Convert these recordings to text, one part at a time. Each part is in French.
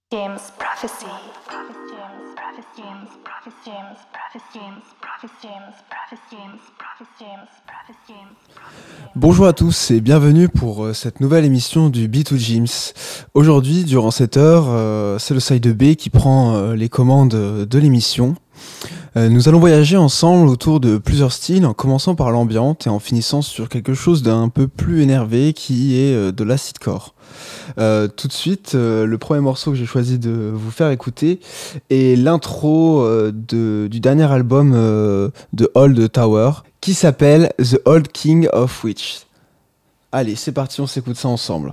James Prophecy. Bonjour à tous et bienvenue pour cette nouvelle émission du B2James. Aujourd'hui, durant cette heure, c'est le side B qui prend les commandes de l'émission. Nous allons voyager ensemble autour de plusieurs styles, en commençant par l'ambiante et en finissant sur quelque chose d'un peu plus énervé qui est de l'acidcore. Tout de suite, le premier morceau que j'ai choisi de vous faire écouter est l'intro du dernier album de Old Tower qui s'appelle The Old King of Witch. Allez, c'est parti, on s'écoute ça ensemble.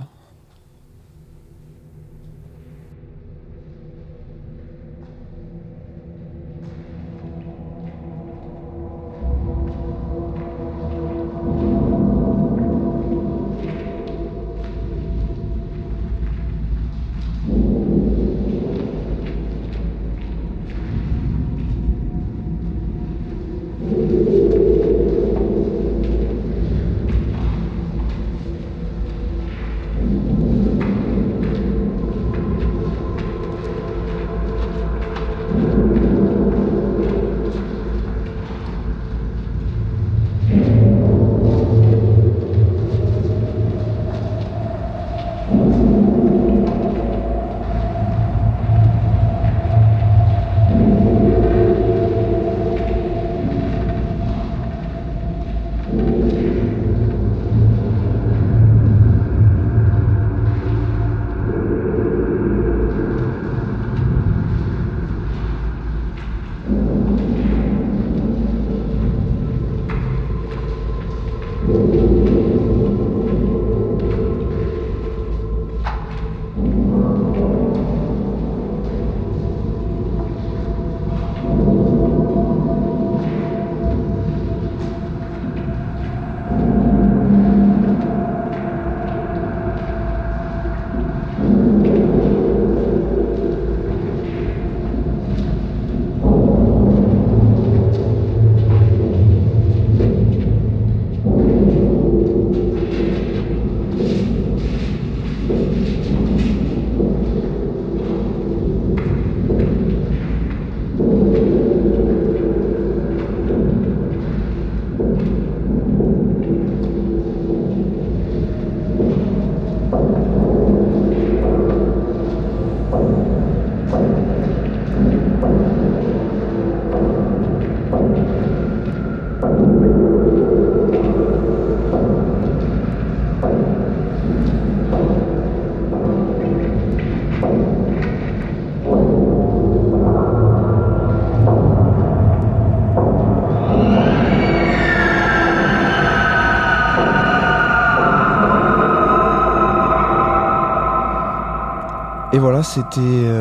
Et voilà, c'était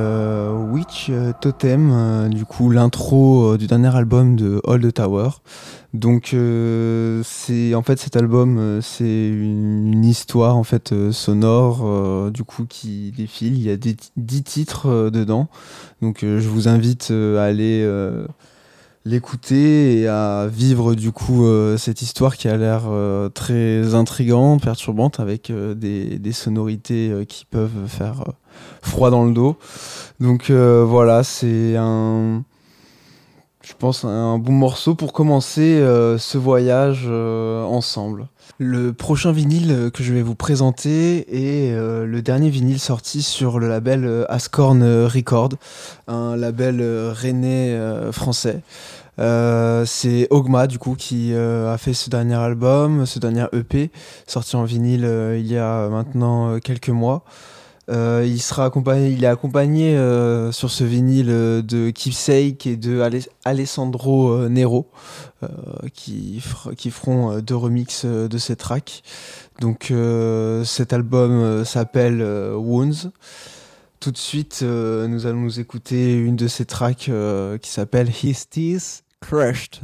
Witch Totem, du coup l'intro du dernier album de Old Tower. Donc c'est en fait cet album, c'est une histoire en fait sonore du coup qui défile. Il y a 10 titres dedans. Donc je vous invite à aller l'écouter et à vivre du coup cette histoire qui a l'air très intrigante, perturbante, avec des sonorités qui peuvent faire froid dans le dos. Donc voilà, c'est je pense un bon morceau pour commencer ce voyage ensemble. Le prochain vinyle que je vais vous présenter est le dernier vinyle sorti sur le label Ascorn Record, un label rennais français. C'est Ogma du coup qui a fait ce dernier album, ce dernier EP sorti en vinyle il y a maintenant quelques mois. Il est accompagné sur ce vinyle de Keepsake et de Alessandro Nero qui feront deux remixes de ces tracks. Donc cet album s'appelle Wounds. Tout de suite, nous allons nous écouter une de ces tracks qui s'appelle His Teeth Crushed.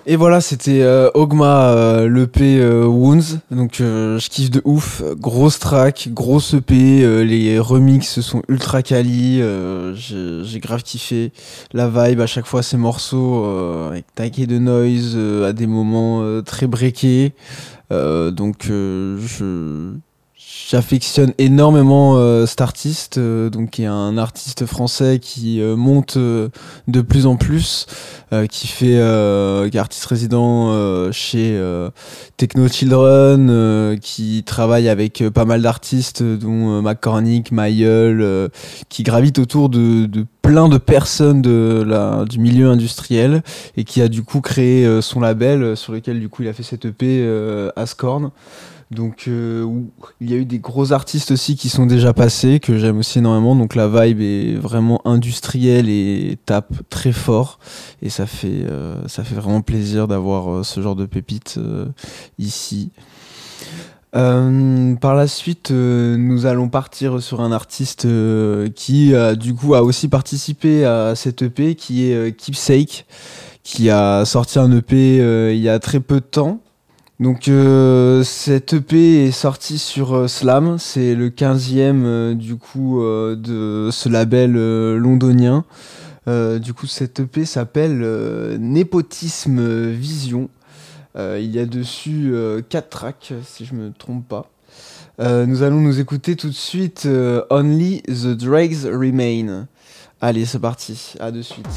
Et voilà, c'était Ogma, l'EP Wounds. Donc je kiffe de ouf. Grosse track, grosse EP. Les remixes sont ultra quali. J'ai grave kiffé. La vibe à chaque fois, ces morceaux avec taquet de noise à des moments très breakés. Donc j'affectionne énormément cet artiste, donc qui est un artiste français qui monte de plus en plus, qui fait qui est artiste résident chez Techno Children, qui travaille avec pas mal d'artistes dont McCormick, Mayol, qui gravitent autour de plein de personnes du milieu industriel et qui a du coup créé son label sur lequel du coup il a fait cette EP Ascorn. Donc il y a eu des gros artistes aussi qui sont déjà passés, que j'aime aussi énormément. Donc la vibe est vraiment industrielle et tape très fort. Et ça fait vraiment plaisir d'avoir ce genre de pépites ici. Par la suite, nous allons partir sur un artiste qui du coup a aussi participé à cette EP, qui est Keepsake, qui a sorti un EP il y a très peu de temps. Donc cette EP est sortie sur Slam, c'est le 15e du coup de ce label londonien. Du coup cette EP s'appelle Népotisme Vision. Il y a dessus 4 tracks si je me trompe pas. Nous allons nous écouter tout de suite Only the Dregs Remain. Allez, c'est parti, à de suite.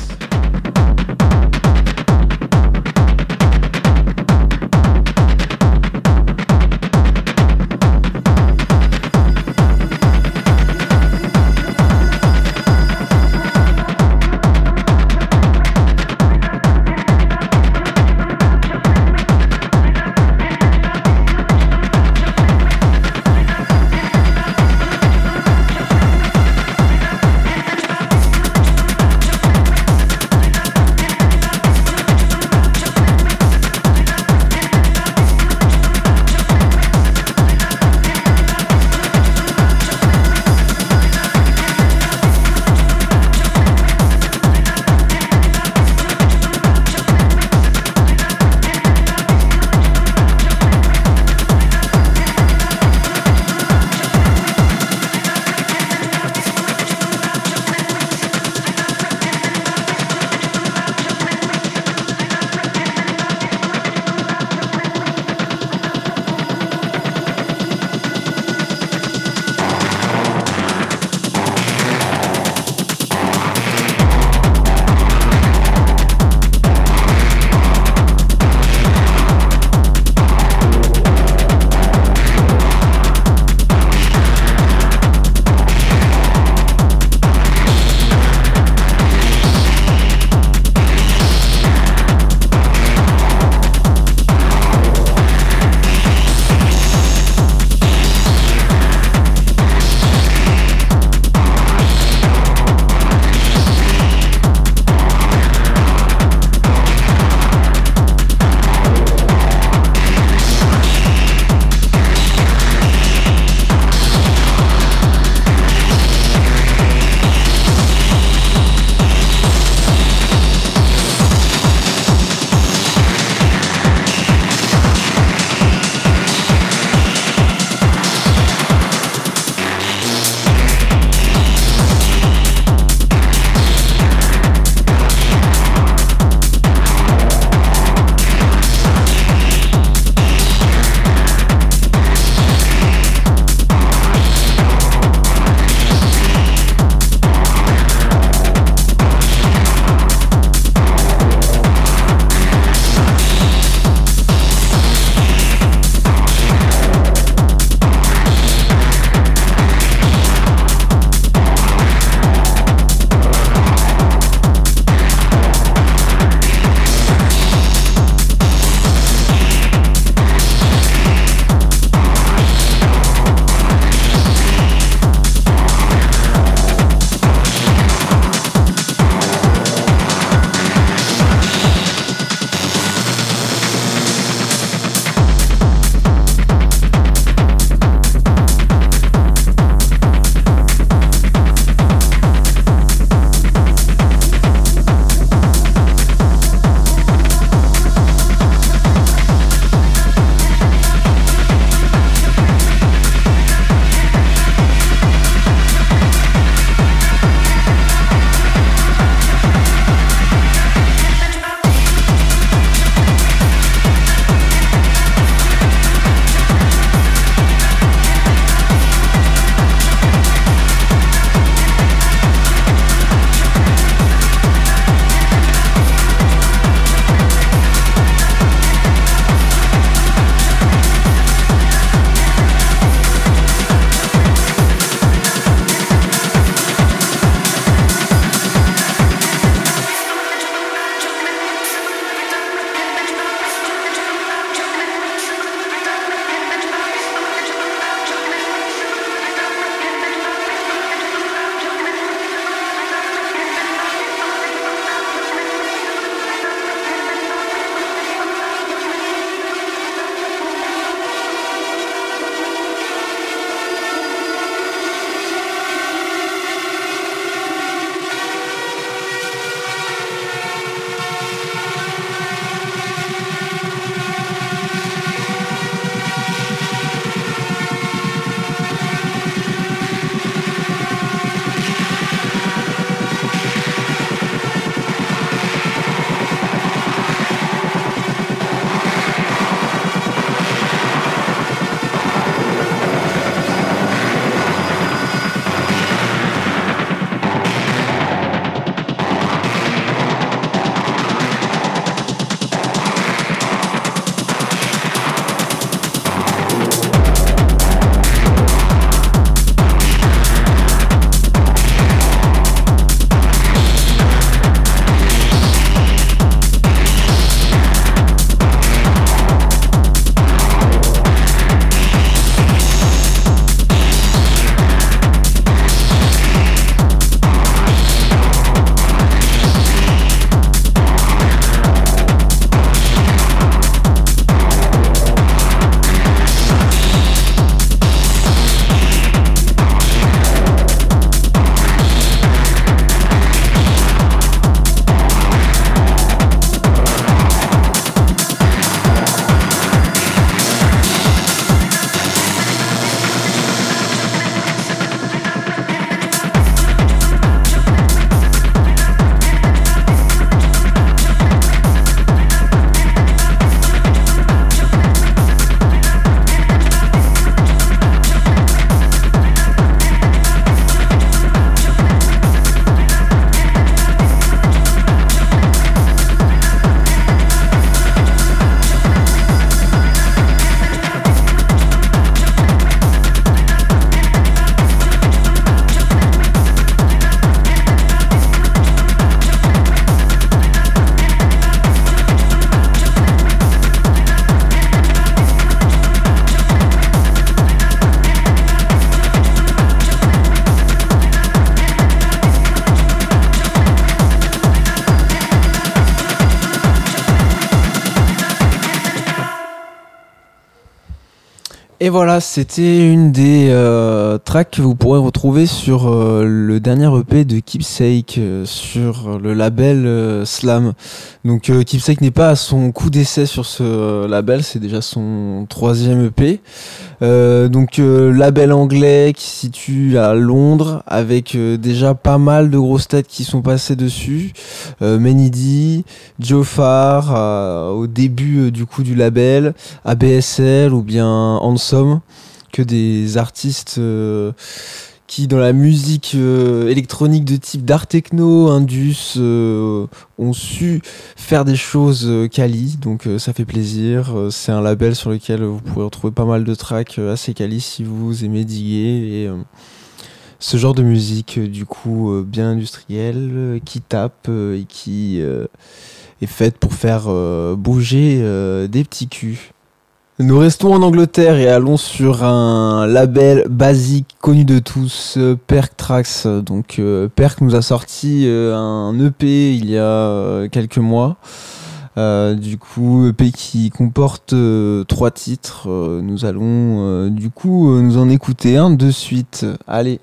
Et voilà, c'était une des tracks que vous pourrez retrouver sur le dernier EP de Keepsake sur le label Slam. Donc Keepsake n'est pas à son coup d'essai sur ce label, c'est déjà son 3e EP. Label anglais qui se situe à Londres avec déjà pas mal de grosses têtes qui sont passées dessus. Menidi, Joe Farr au début du coup du label, ABSL ou bien Handsome, que des artistes qui dans la musique électronique de type d'art techno, indus ont su faire des choses quali, donc ça fait plaisir. C'est un label sur lequel vous pourrez retrouver pas mal de tracks assez quali si vous aimez diguer et ce genre de musique du coup bien industrielle qui tape et qui est faite pour faire bouger des petits culs. Nous restons en Angleterre et allons sur un label basique connu de tous, Perk Tracks. Donc Perk nous a sorti un EP il y a quelques mois. Du coup, EP qui comporte 3 titres. Nous allons du coup nous en écouter un de suite. Allez.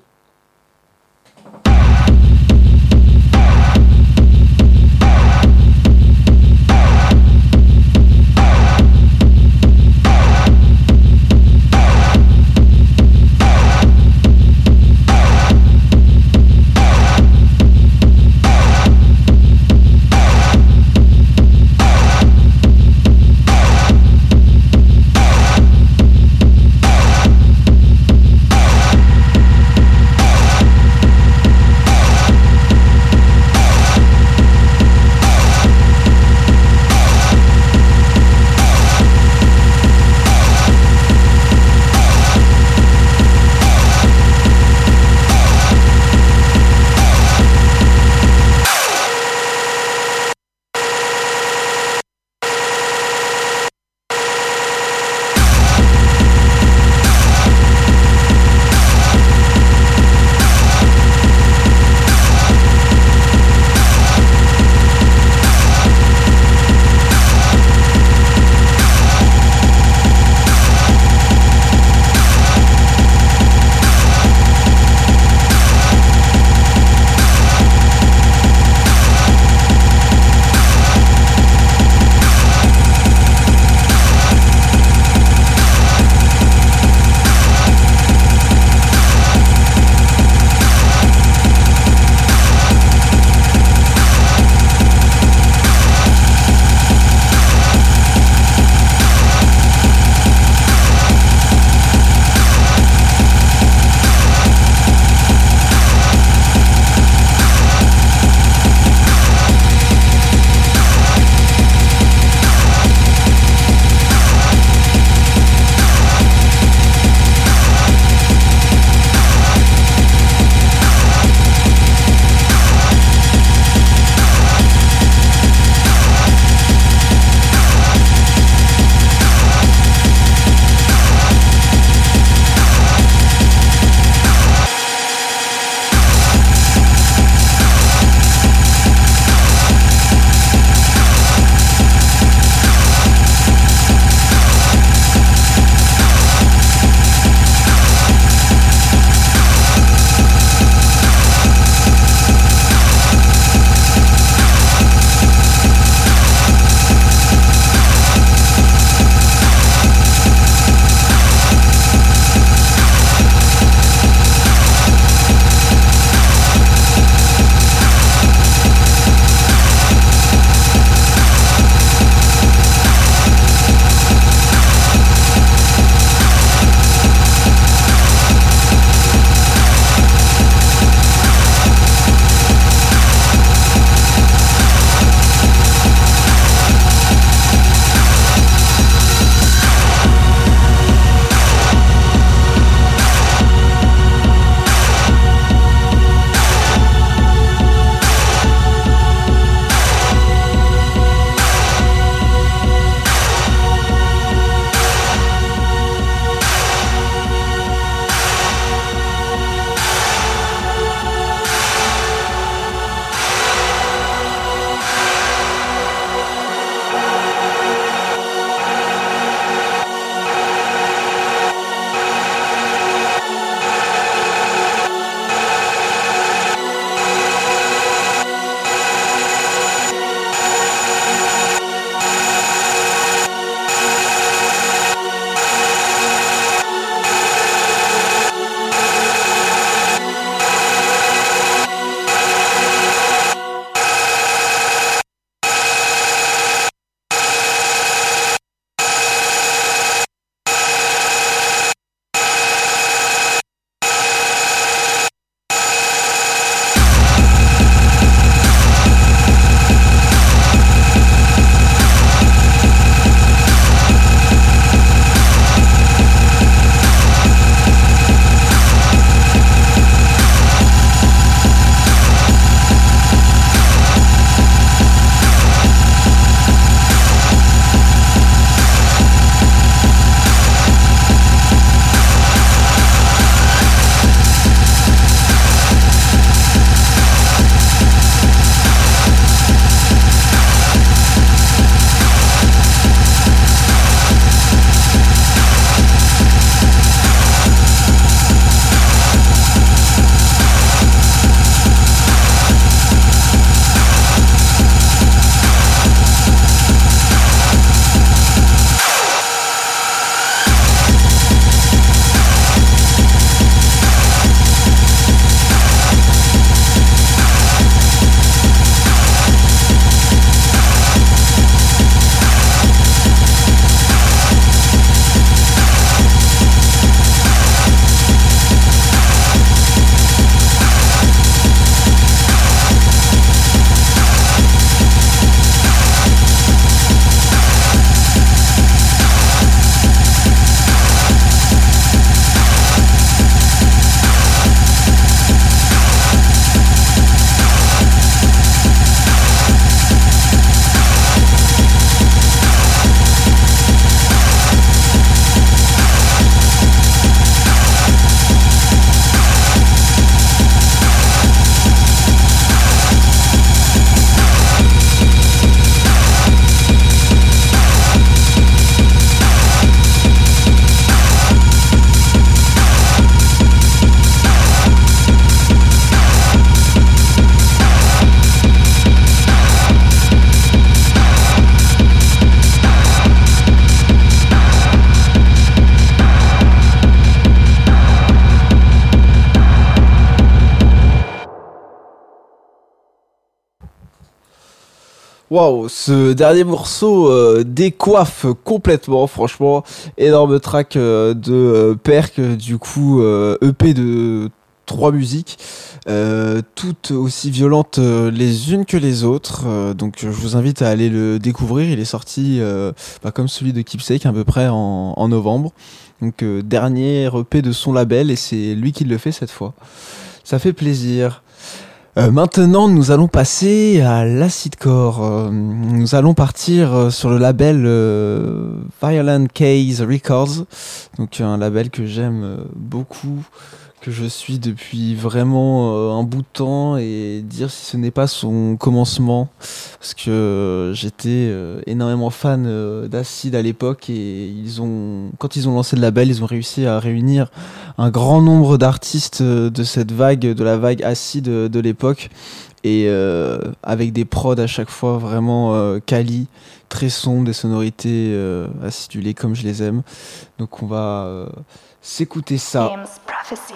Waouh, ce dernier morceau décoiffe complètement, franchement. Énorme track Perk, du coup, EP de 3 musiques, toutes aussi violentes les unes que les autres. Donc je vous invite à aller le découvrir. Il est sorti comme celui de Keepsake à peu près en novembre. Donc dernier EP de son label et c'est lui qui le fait cette fois. Ça fait plaisir. Maintenant, nous allons passer à l'acidcore. Nous allons partir sur le label Violent Case Records, donc un label que j'aime beaucoup, que je suis depuis vraiment un bout de temps, et dire si ce n'est pas son commencement, parce que j'étais énormément fan d'Acid à l'époque, et quand ils ont lancé le label, ils ont réussi à réunir un grand nombre d'artistes de cette vague, de la vague Acid de l'époque, et avec des prods à chaque fois vraiment quali, très sombres, des sonorités acidulées comme je les aime. Donc on va s'écouter ça. James Prophecy.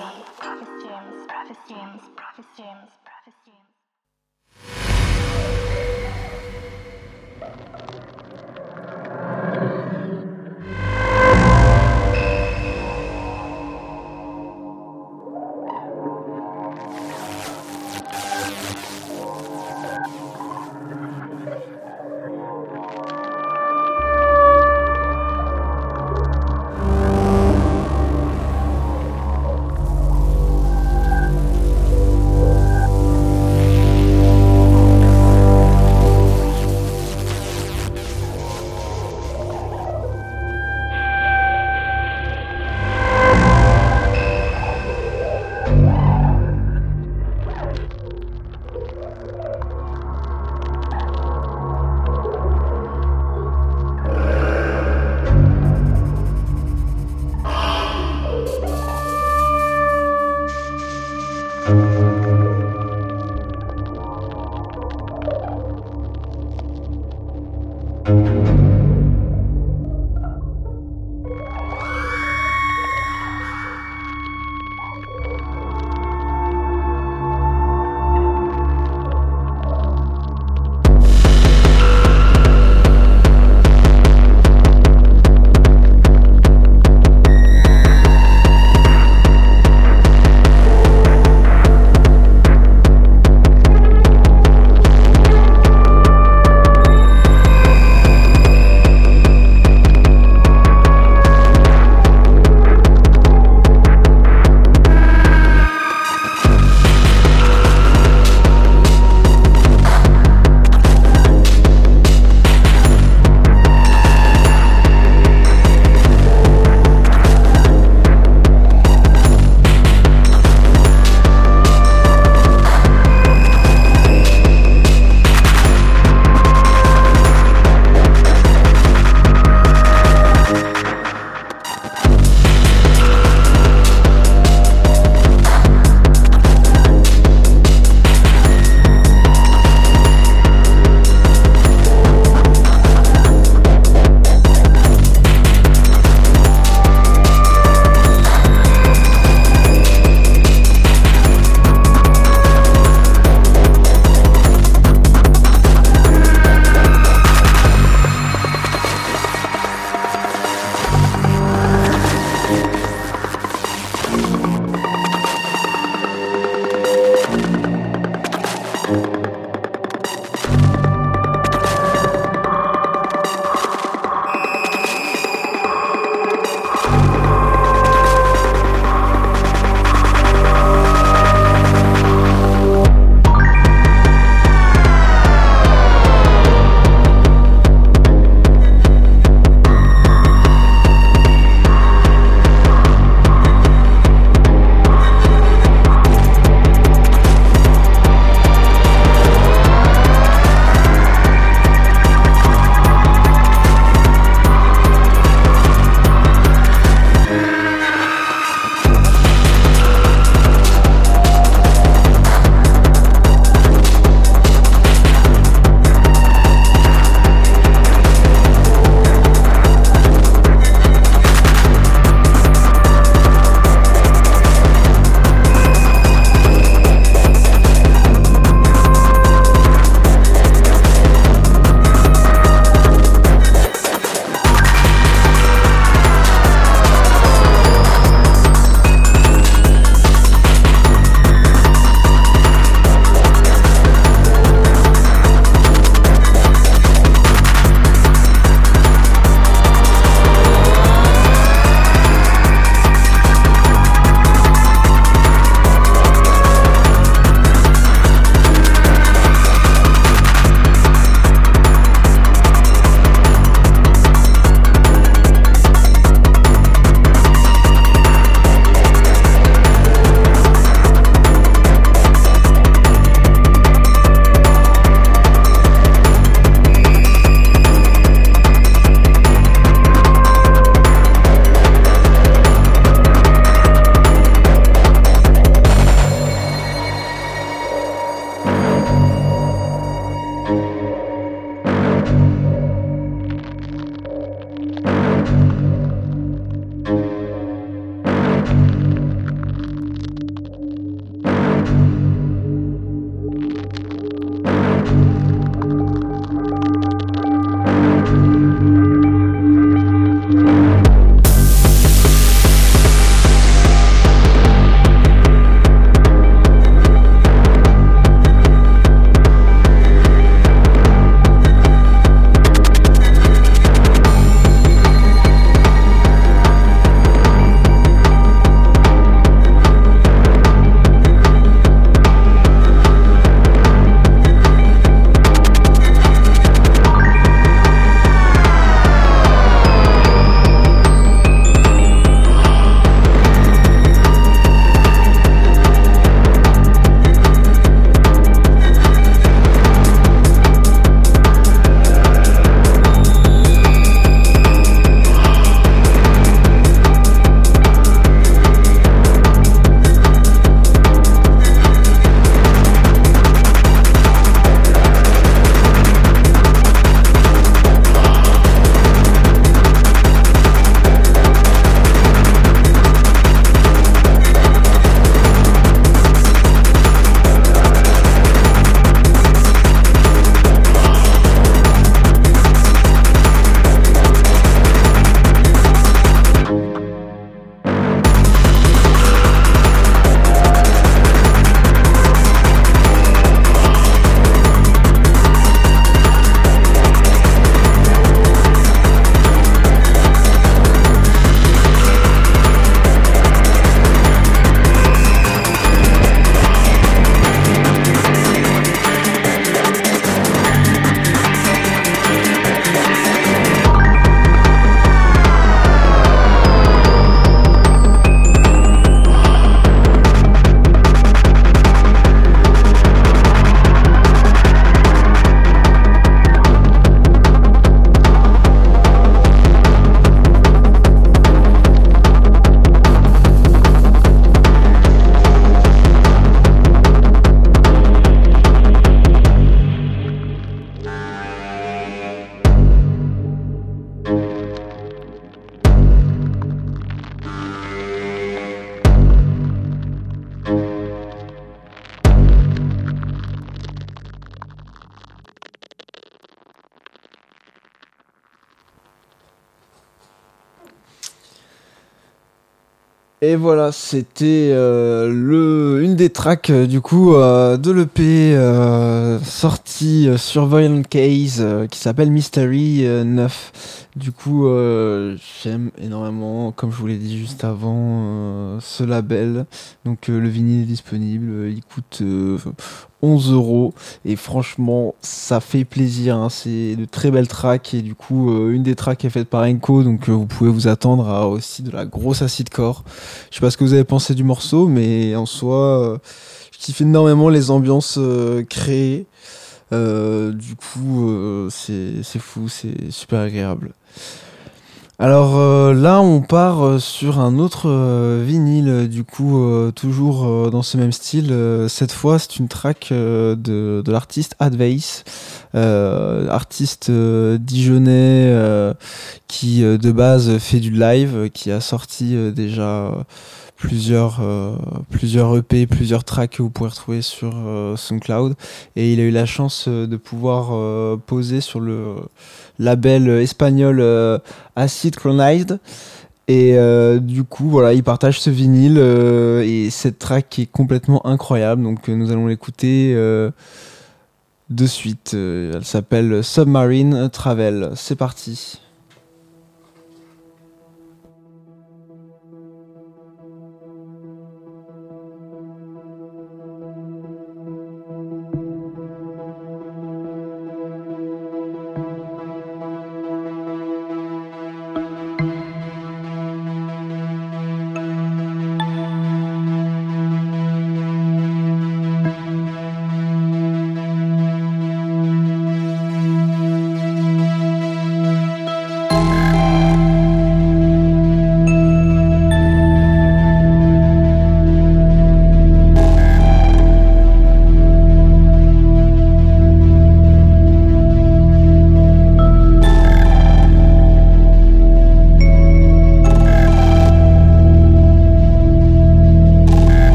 Et voilà, c'était une des tracks du coup de l'EP sorti sur Violent Case qui s'appelle Mystery 9. Du coup, j'aime énormément, comme je vous l'ai dit juste avant, ce label. Donc le vinyle est disponible, il coûte 11 € et franchement ça fait plaisir, hein. C'est de très belles tracks et du coup une des tracks est faite par Enko, donc vous pouvez vous attendre à aussi de la grosse acidcore. Je sais pas ce que vous avez pensé du morceau, mais en soi, je kiffe énormément les ambiances créées. Du coup, c'est fou, c'est super agréable. Alors là, on part sur un autre vinyle, du coup, toujours dans ce même style. Cette fois, c'est une track de l'artiste Advice, artiste dijonnais qui de base fait du live, qui a sorti déjà plusieurs EP, plusieurs tracks que vous pourrez retrouver sur SoundCloud. Et il a eu la chance de pouvoir poser sur le label espagnol Acid Chronized. Et du coup, voilà, il partage ce vinyle et cette track qui est complètement incroyable. Donc nous allons l'écouter de suite. Elle s'appelle Submarine Travel. C'est parti.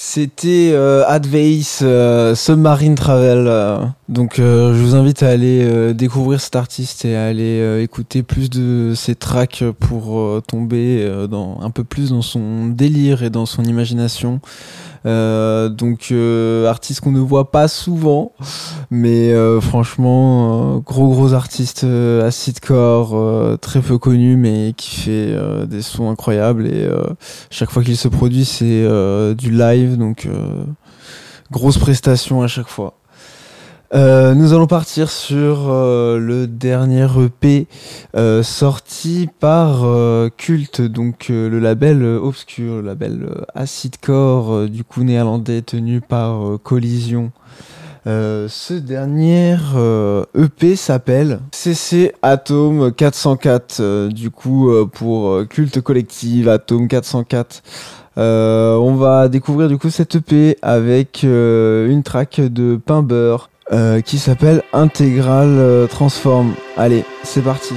C'était Advice Submarine Travel. Donc je vous invite à aller découvrir cet artiste et à aller écouter plus de ses tracks pour tomber un peu plus dans son délire et dans son imagination. Donc artiste qu'on ne voit pas souvent, mais franchement gros artiste acidcore, très peu connu mais qui fait des sons incroyables et chaque fois qu'il se produit c'est du live, donc grosse prestation à chaque fois. Nous allons partir sur le dernier EP sorti par Cult, donc le label obscur, le label acidcore du coup néerlandais tenu par Collision. Ce dernier EP s'appelle CC Atom 404, du coup pour Culte Collective Atom 404. On va découvrir du coup cette EP avec une track de Pain Beurre qui s'appelle Intégral Transform. Allez, c'est parti.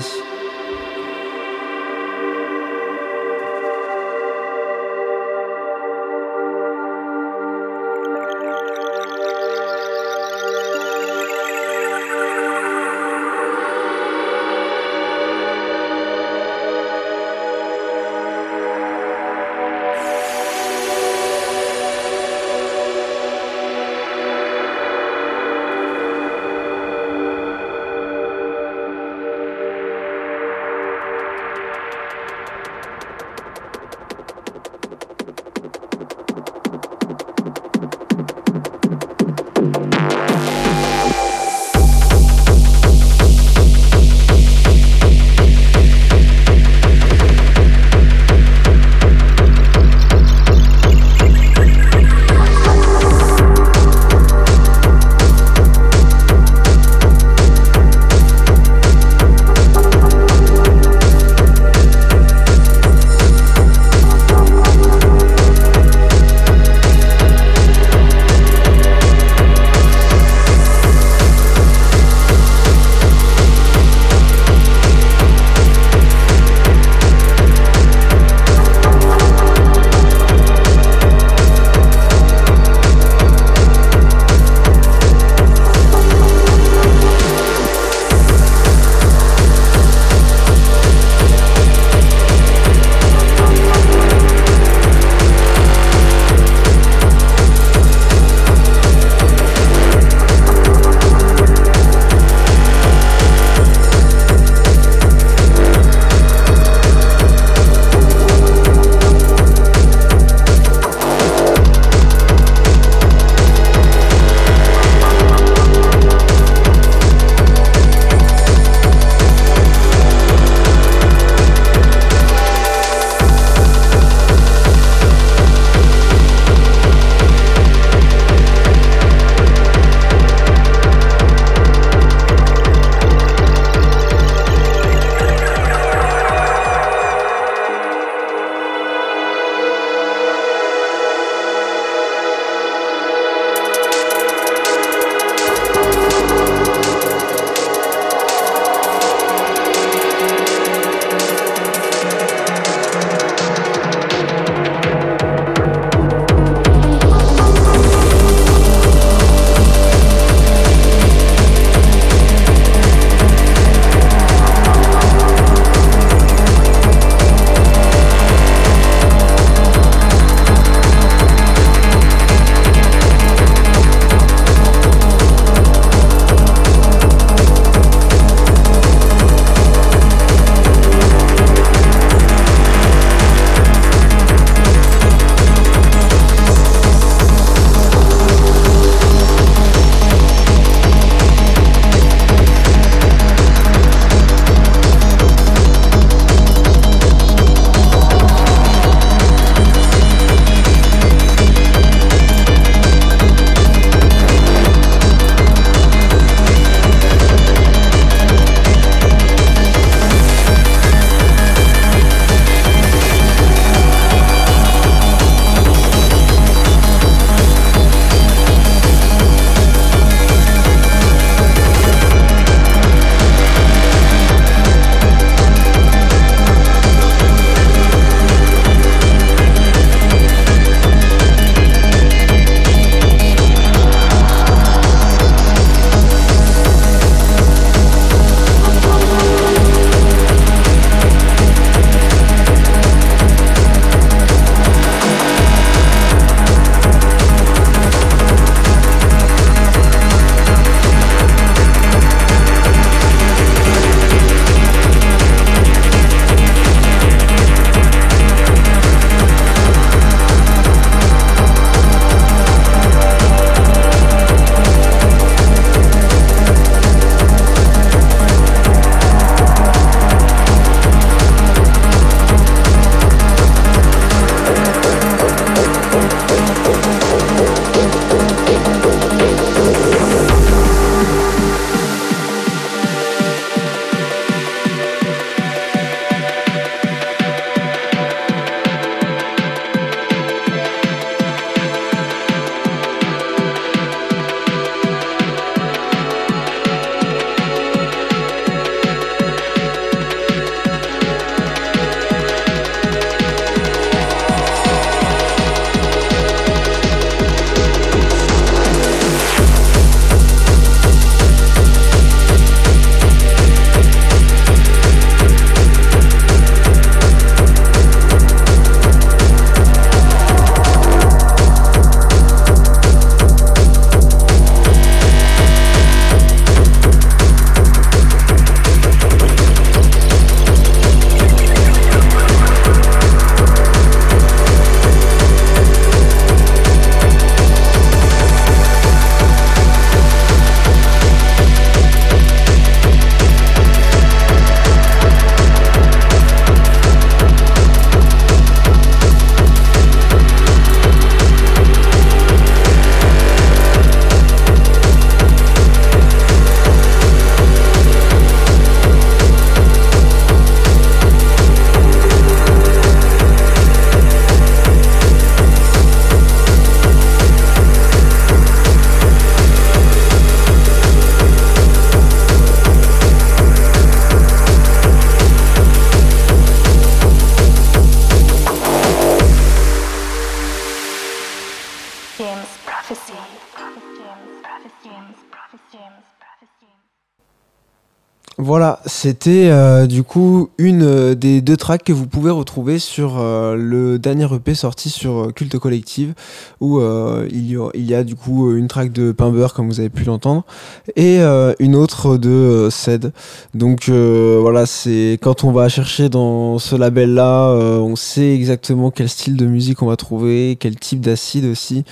Voilà, c'était du coup une des deux tracks que vous pouvez retrouver sur le dernier EP sorti sur Culte Collective, où il y a du coup une track de Pain Beurre comme vous avez pu l'entendre, et une autre de Ced. Donc voilà, c'est quand on va chercher dans ce label-là, on sait exactement quel style de musique on va trouver, quel type d'acide aussi,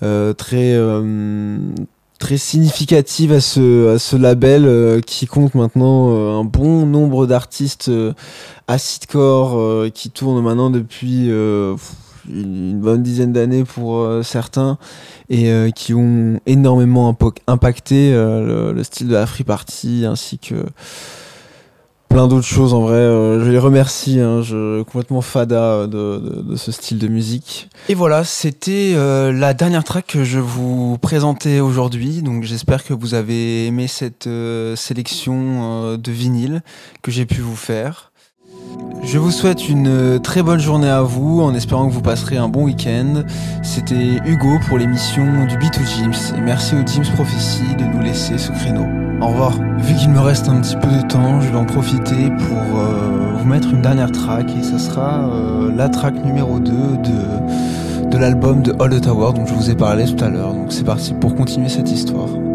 très significative à ce label qui compte maintenant un bon nombre d'artistes acidcore qui tournent maintenant depuis une bonne dizaine d'années pour certains et qui ont énormément impacté le style de la Free Party ainsi que plein d'autres choses en vrai. Je les remercie, hein, complètement fada de ce style de musique. Et voilà, c'était la dernière track que je vous présentais aujourd'hui. Donc j'espère que vous avez aimé cette sélection de vinyle que j'ai pu vous faire. Je vous souhaite une très bonne journée à vous, en espérant que vous passerez un bon week-end. C'était Hugo pour l'émission du Beat to James, et merci au James Prophecy de nous laisser ce créneau. Au revoir. Vu qu'il me reste un petit peu de temps, je vais en profiter pour vous mettre une dernière track, et ça sera la track numéro 2 de l'album de All the Tower dont je vous ai parlé tout à l'heure. Donc c'est parti pour continuer cette histoire.